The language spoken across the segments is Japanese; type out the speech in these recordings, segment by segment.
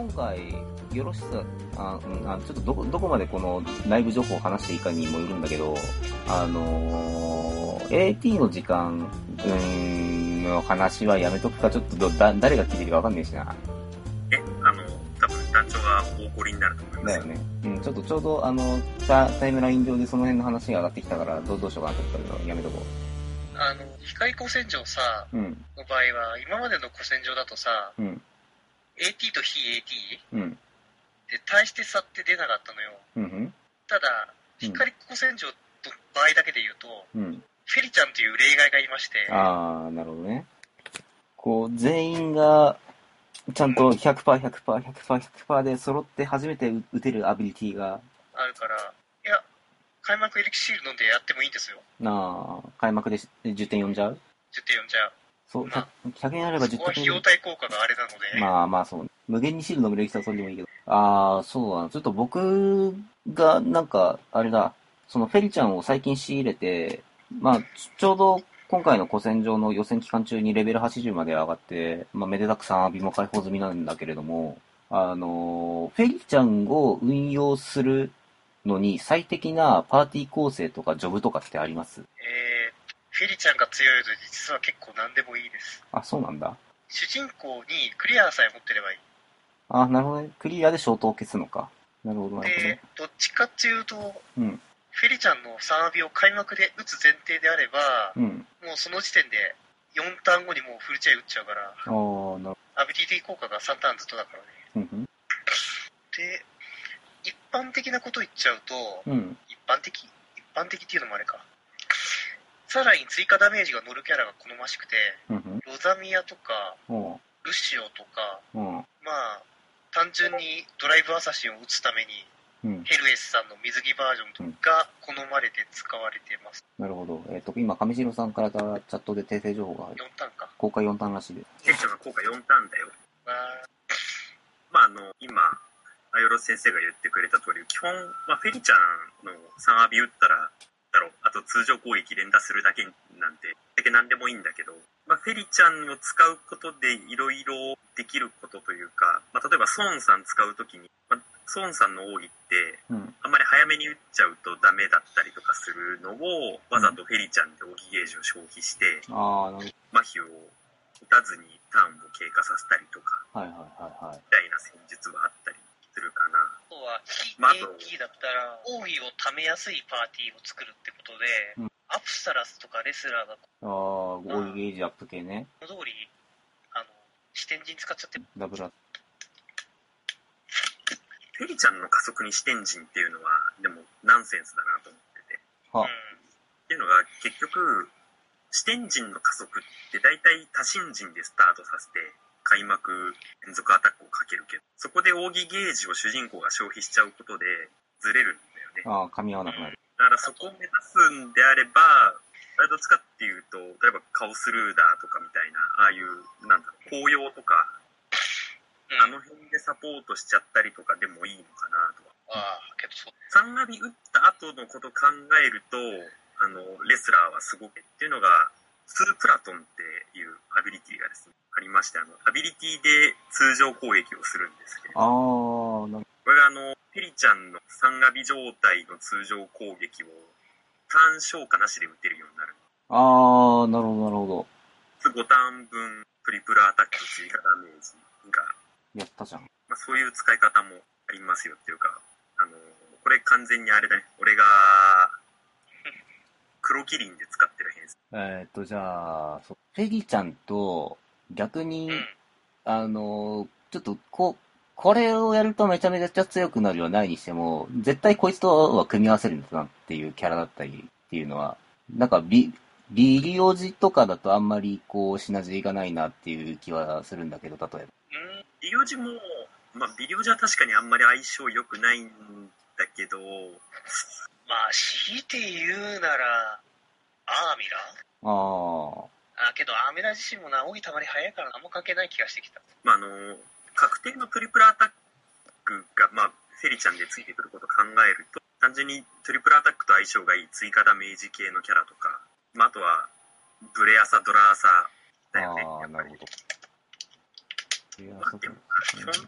今回、よろしさ、ちょっとどこまでこの内部情報を話していいかにもよるんだけど、AT の時間、の話はやめとくか、ちょっと誰が聞いてるかわかんねえしな。 多分団長が大怒りになると思います。 だよね。ちょうどタイムライン上でその辺の話が上がってきたから、どうしようかなと思ったけど、やめとこう。 光古戦場さ、の場合は、今までの古戦場だとさ、AT と非 AT、で、大して差って出なかったのよ。ただ、光古戦場の場合だけで言うと、フェリちゃんという例外がいまして。 あー、なるほどね。こう、全員が、ちゃんと 100% で揃って初めて打てるアビリティがあるから、いや、開幕エリクシール飲んでやってもいいんですよ。 開幕で10点読んじゃう ?10 点読んじゃう。 そう、100円あれば10点。 そこは費用対効果があれなので。 まあそう。無限にシール飲める人はそれでもいいけど。そうだな。ちょっと僕が、あれだ、そのフェリちゃんを最近仕入れて、ちょうど今回の古戦場の予選期間中にレベル80まで上がって、めでたく3アビも解放済みなんだけれども、フェリちゃんを運用するのに最適なパーティー構成とかジョブとかってあります？ フェリちゃんが強いので実は結構何でもいいです。 あ、そうなんだ。 主人公にクリアさえ持ってればいい。 あ、なるほどね。クリアで消灯を消すのか。なるほど、なるほど。 で、どっちかっていうと、フェリちゃんの3アビを開幕で打つ前提であれば、もうその時点で4ターン後にもうフルチェイ打っちゃうから、アビリティ効果が3ターンずっとだからね。で、一般的なこと言っちゃうと、一般的っていうのもあれか。さらに追加ダメージが乗るキャラが好ましくて、ロザミアとか、ルシオとか、単純にドライブアサシンを打つために、ヘルエスさんの水着バージョンが好まれて使われてます。 なるほど。今、上白さんからチャットで訂正情報が入る。 4ターンか。 効果4ターンらしいです。 フェリちゃんが効果4ターンだよ。今、アイオロス先生が言ってくれた通り、基本、フェリちゃんの3アビ打ったら、あと通常攻撃連打するだけなんて、何でもいいんだけど、フェリちゃんを使うことでいろいろできることというか、例えばソーンさん使うときに、ソーンさんの奥義って、あんまり早めに打っちゃうとダメだったりとかするのを、わざとフェリちゃんで奥義ゲージを消費して、麻痺を打たずにターンを経過させたりとか、みたいな戦術はあったりするかな。 あとは、非 AT だったら、奥義を貯めやすいパーティーを作るってことで、アプサラスとかレスラーが、 奥義ゲージアップ系ね。 その通り、視点陣使っちゃってる。 ダブラフェリちゃんの加速に視点陣っていうのは、でもナンセンスだなと思ってて。っていうのが、結局、視点陣の加速って大体多神陣でスタートさせて、開幕連続アタックをかけるけど、そこで奥義ゲージを主人公が消費しちゃうことで、ずれるんだよね。 噛み合わなくなる。 だからそこを目指すんであれば、どっちかっていうと、例えばカオスルーダーとかみたいな、ああいう、紅葉とか、あの辺でサポートしちゃったりとかでもいいのかなとは。 けどそう。 3アビ打った後のこと考えると、レスラーはすごくっていうのが、2プラトンっていうアビリティがですね、ありまして、アビリティで通常攻撃をするんですけれども、これがフェリちゃんの3アビ状態の通常攻撃をターン消化なしで打てるようになる。 なるほど、なるほど。 5ターン分トリプルアタック追加ダメージが。 やったじゃん。 そういう使い方もありますよっていうか、これ完全にあれだね。俺が、黒キリンで使ってる変数。 じゃあ、フェリちゃんと、逆に、ちょっと、これをやるとめちゃめちゃ強くなるようないにしても、絶対こいつとは組み合わせるんだなっていうキャラだったりっていうのは、ビリオジとかだとあんまりシナジーがないなっていう気はするんだけど、例えば。 ビリオジも、ビリオジは確かにあんまり相性良くないんだけど、 強いて言うなら、アーミラけど、アーミラ自身もな、奥義たまり早いからあんま関係ない気がしてきた。 確定のトリプルアタックが、フェリちゃんでついてくることを考えると、単純にトリプルアタックと相性がいい追加ダメージ系のキャラとか、あとは、ブレアサ、ドラアサだよね。 なるほど。 基本、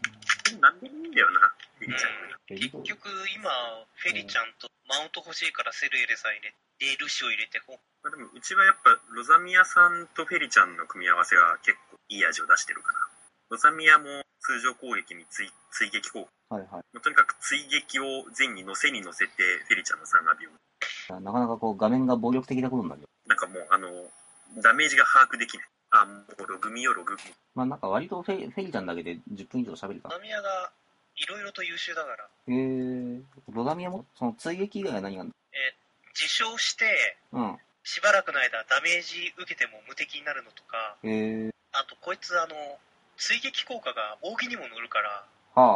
なんでもいいんだよな、フェリちゃん。 結局今、フェリちゃんとマウント欲しいからセルエレさん入れて、ルシを入れてこう。 まあ、でもうちはやっぱロザミアさんとフェリちゃんの組み合わせが結構いい味を出してるかな。ロザミアも通常攻撃に追撃効果。 はいはい。 とにかく追撃を前に乗せてフェリちゃんのサンアビを。 なかなかこう画面が暴力的なことになるよ。 なんかもうダメージが把握できない。あ、もうログミよログミ。 まあなんか割とフェリちゃんだけで10分以上喋るか。 ロザミアがいろいろと優秀だから。 ロザミアもその追撃以外は何があるの？ 自傷して、しばらくの間ダメージ受けても無敵になるのとか、あとこいつ追撃効果が扇にも乗るから、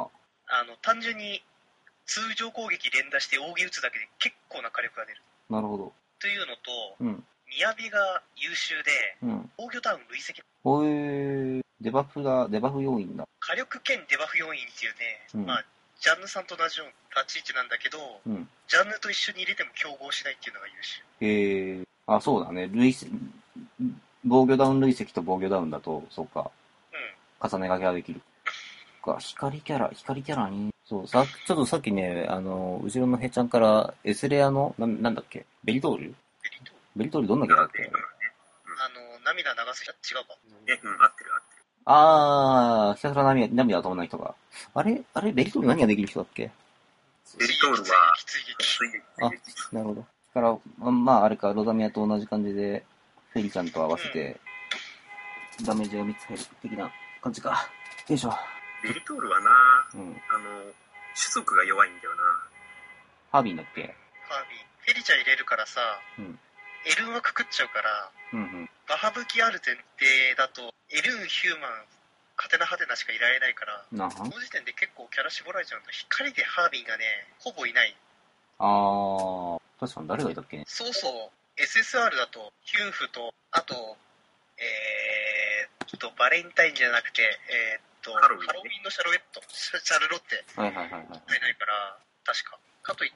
単純に通常攻撃連打して扇打つだけで結構な火力が出る。 なるほど。 というのと、ミヤビが優秀で、防御ダウン累積。 デバフ要因だ。 火力兼デバフ要因っていうね、まあ、ジャンヌさんと同じような立ち位置なんだけど、ジャンヌと一緒に入れても競合しないっていうのが優秀。 あ、そうだね。防御ダウン累積と防御ダウンだと、そうか。重ね掛けができる。光キャラに、そう、ちょっとさっきね、後ろのヘちゃんから、エスレアの、なんだっけベリトールどんなキャラだっけ？ 涙流す人違うか？ 合ってる。 ひたすら涙止まない人が。あれベリトール何ができる人だっけ？ ベリトールは、 あ、なるほど。だから、まあ、あれか、ロザミアと同じ感じで、フェリちゃんと合わせて、ダメージが3つ入る的な感じか。よいしょ。 ベリトールはな、種族が弱いんだよな。 ハービーだっけ？ ハービー。フェリちゃん入れるからさ、エルンはくくっちゃうから、バハ武器ある前提だと、エルン、ヒューマン、カテナハテナしかいられないから、その時点で結構キャラ絞られちゃうと、光でハービーがね、ほぼいない。 確かに誰がいたっけね。 そうそう、SSR だと、ヒュンフと、あと、バレンタインじゃなくて、ハロウィンのシャルロッテ。いないから、確か。かといって、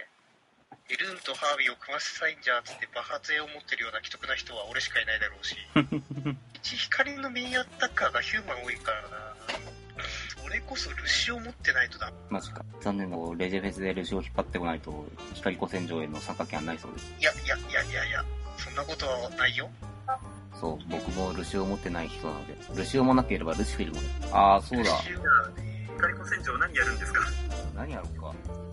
エルンとハービーを組ませたいんじゃつって爆発絵を持ってるような既得な人は俺しかいないだろうし光のメインアタッカーがヒューマン多いからな。それこそルシオ持ってないとだ。 マジか。残念ながらレジェフェスでルシオを引っ張ってこないと光古戦場への参加権はないそうです。 いやそんなことはないよ。 そう、僕もルシオを持ってない人なので、ルシオもなければルシフェルもね。そうだ。 光古戦場何やるんですか？ 何やろうか。